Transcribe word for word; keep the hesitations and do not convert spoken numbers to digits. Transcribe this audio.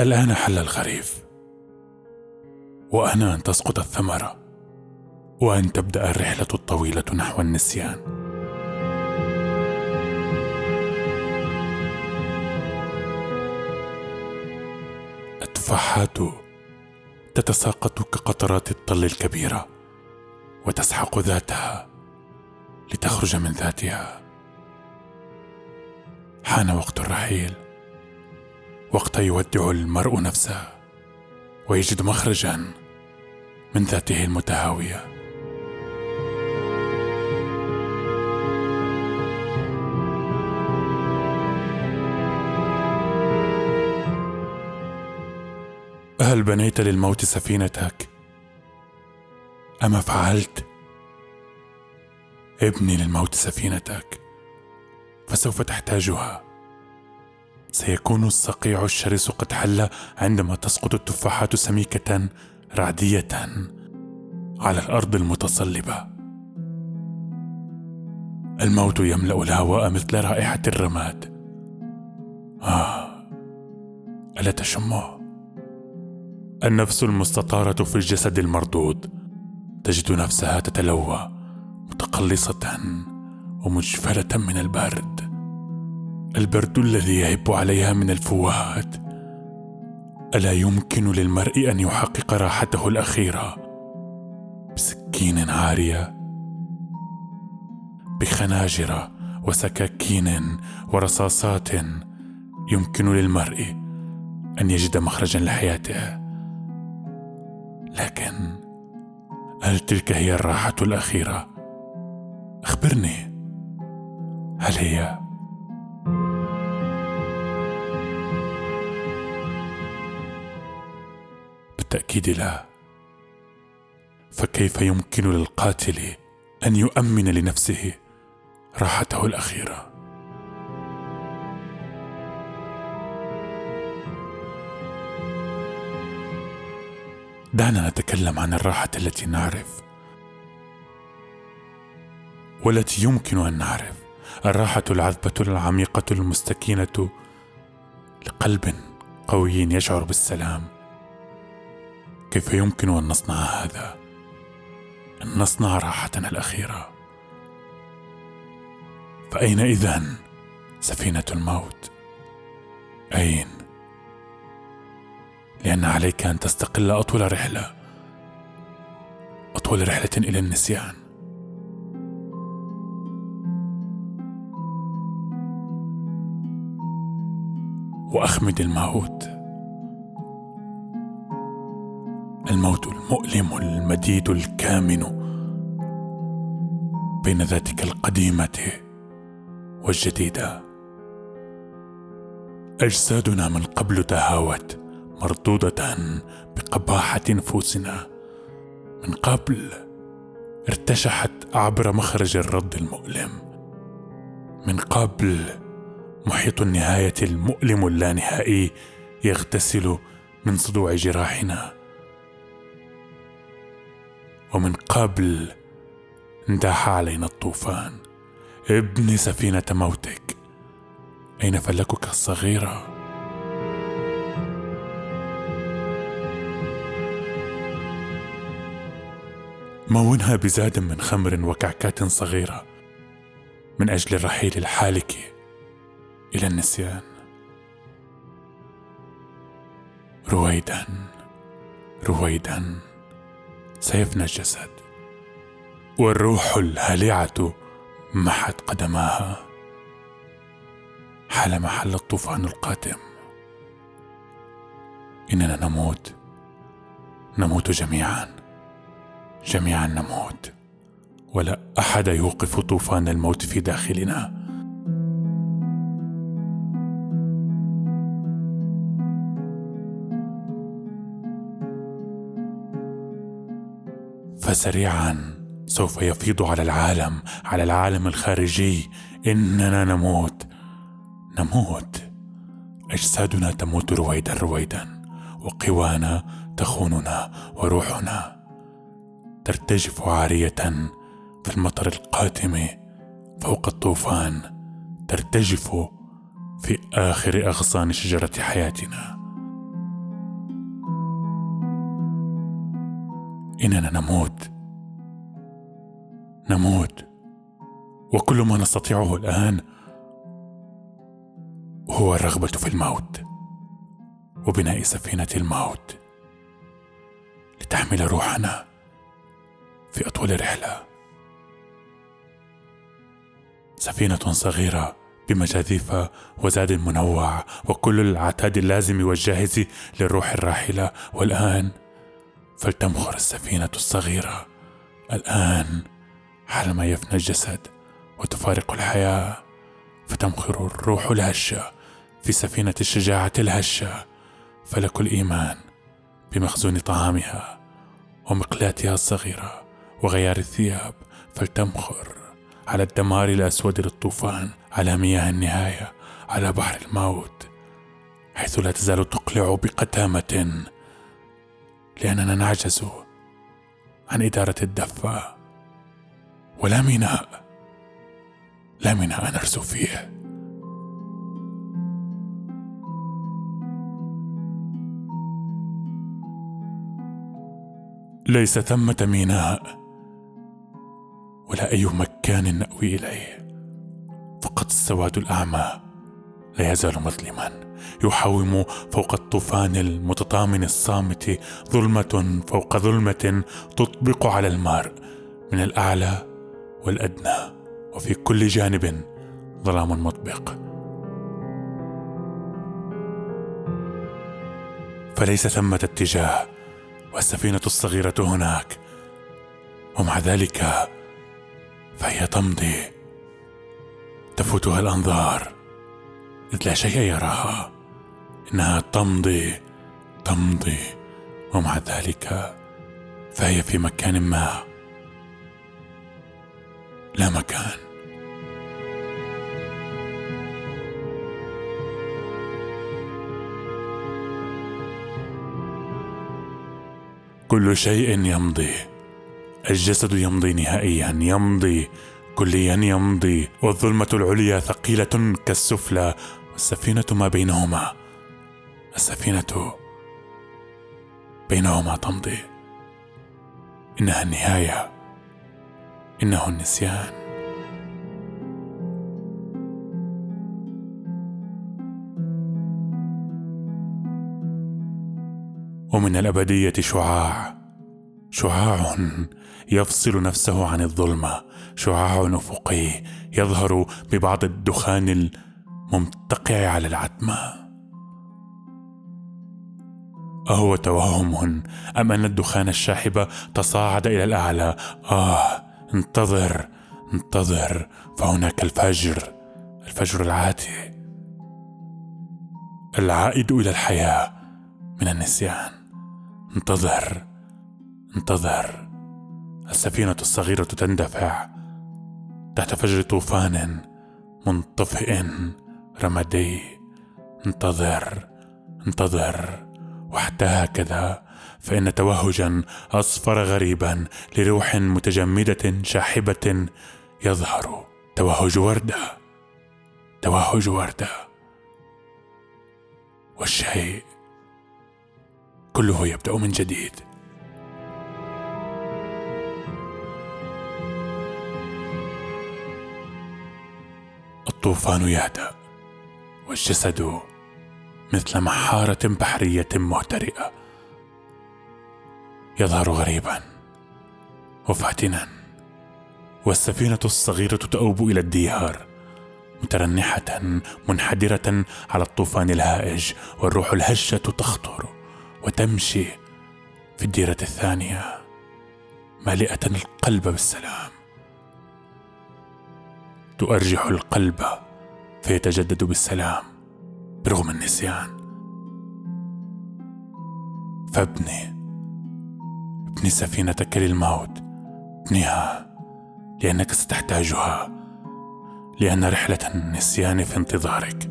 الآن حل الخريف، وأن أن تسقط الثمرة، وأن تبدأ الرحلة الطويلة نحو النسيان. التفاحات تتساقط كقطرات الطل الكبيرة وتسحق ذاتها لتخرج من ذاتها. حان وقت الرحيل، وقت يودع المرء نفسه ويجد مخرجا من ذاته المتهاوية. هل بنيت للموت سفينتك أما فعلت؟ ابني للموت سفينتك، فسوف تحتاجها. سيكون الصقيع الشرس قد حل عندما تسقط التفاحات سميكة رعدية على الأرض المتصلبة. الموت يملأ الهواء مثل رائحة الرماد. آه، ألا تشمه؟ النفس المستطارة في الجسد المردود تجد نفسها تتلوى متقلصة ومجفلة من البرد، البرد الذي يهب عليها من الفوهات. ألا يمكن للمرء أن يحقق راحته الأخيرة بسكين عارية، بخناجر وسكاكين ورصاصات؟ يمكن للمرء أن يجد مخرجا لحياته، لكن هل تلك هي الراحة الأخيرة؟ أخبرني، هل هي؟ بالتأكيد لا. فكيف يمكن للقاتل أن يؤمن لنفسه راحته الأخيرة؟ دعنا نتكلم عن الراحة التي نعرف والتي يمكن أن نعرف. الراحة العذبة العميقة المستكينة لقلب قوي يشعر بالسلام. كيف يمكن أن نصنع هذا؟ أن نصنع راحتنا الأخيرة. فأين إذن سفينة الموت؟ أين؟ لأن عليك أن تستقل أطول رحلة، أطول رحلة إلى النسيان. وأخمد الموت، الموت المؤلم المديد الكامن بين ذاتك القديمة والجديدة. أجسادنا من قبل تهاوت مردودة بقباحة نفوسنا، من قبل ارتشحت عبر مخرج الرد المؤلم، من قبل محيط النهاية المؤلم اللانهائي يغتسل من صدوع جراحنا، ومن قبل انداح علينا الطوفان. ابني سفينة موتك، أين فلكك الصغيرة؟ مونها بزاد من خمر وكعكات صغيرة من أجل الرحيل الحالك إلى النسيان. رويدا رويدا سيفنى الجسد، والروح الهلعة محت قدماها حالما حل الطوفان القاتم. إننا نموت، نموت جميعا، جميعا نموت، ولا أحد يوقف طوفان الموت في داخلنا. فسريعا سوف يفيض على العالم، على العالم الخارجي، إننا نموت، نموت. أجسادنا تموت رويدا رويدا، وقوانا تخوننا، وروحنا ترتجف عارية في المطر القاتم فوق الطوفان، ترتجف في آخر أغصان شجرة حياتنا. إننا نموت نموت وكل ما نستطيعه الآن هو الرغبة في الموت وبناء سفينة الموت لتحمل روحنا في أطول رحلة. سفينة صغيرة بمجاذيف وزاد منوع وكل العتاد اللازم والجاهز للروح الراحلة. والآن فلتمخر السفينة الصغيرة الآن حالما يفنى الجسد وتفارق الحياة، فتمخر الروح الهشة في سفينة الشجاعة الهشة، فلك الإيمان بمخزون طعامها ومقلاتها الصغيرة وغيار الثياب، فلتمخر على الدمار الأسود للطوفان، على مياه النهاية، على بحر الموت، حيث لا تزال تقلع بقتامة، لأننا نعجز عن إدارة الدفة، ولا ميناء لا ميناء نرسو فيه. ليس ثمة ميناء ولا أي مكان نأوي إليه، فقط السواد الأعمى لا يزال مظلما يحوم فوق الطوفان المتطامن الصامت، ظلمة فوق ظلمة تطبق على المرء من الأعلى والأدنى، وفي كل جانب ظلام مطبق. فليس ثمة اتجاه والسفينة الصغيرة هناك، ومع ذلك فهي تمضي تفوتها الأنظار إذ لا شيء يراها، إنها تمضي تمضي ومع ذلك فهي في مكان ما لا مكان. كل شيء يمضي، الجسد يمضي نهائيا، يمضي كليا يمضي، والظلمة العليا ثقيلة كالسفلى، والسفينة ما بينهما، السفينة بينهما تمضي. إنها النهاية، إنه النسيان. ومن الأبدية شعاع، شعاع يفصل نفسه عن الظلمة، شعاع أفقي يظهر ببعض الدخان الممتقع على العتمة. أهو توهم أم أن الدخان الشاحب تصاعد إلى الأعلى؟ آه انتظر انتظر، فهناك الفجر، الفجر العاتي، العائد إلى الحياة من النسيان. انتظر انتظر، السفينة الصغيرة تندفع تحت فجر طوفان منطفئ رمادي. انتظر انتظر، وحتى هكذا فإن توهجا أصفر غريبا لروح متجمدة شاحبة يظهر، توهج وردة، توهج وردة، والشيء كله يبدأ من جديد. الطوفان يهدأ، والجسد مثل محارة بحرية مهترئة يظهر غريبا وفاتنا، والسفينة الصغيرة تؤوب إلى الديار مترنحة منحدرة على الطوفان الهائج، والروح الهشة تخطر وتمشي في الديرة الثانية مالئة القلب بالسلام، تؤرجح القلب فيتجدد بالسلام برغم النسيان. فابني ابني سفينتك للموت، ابنها لأنك ستحتاجها، لأن رحلة النسيان في انتظارك.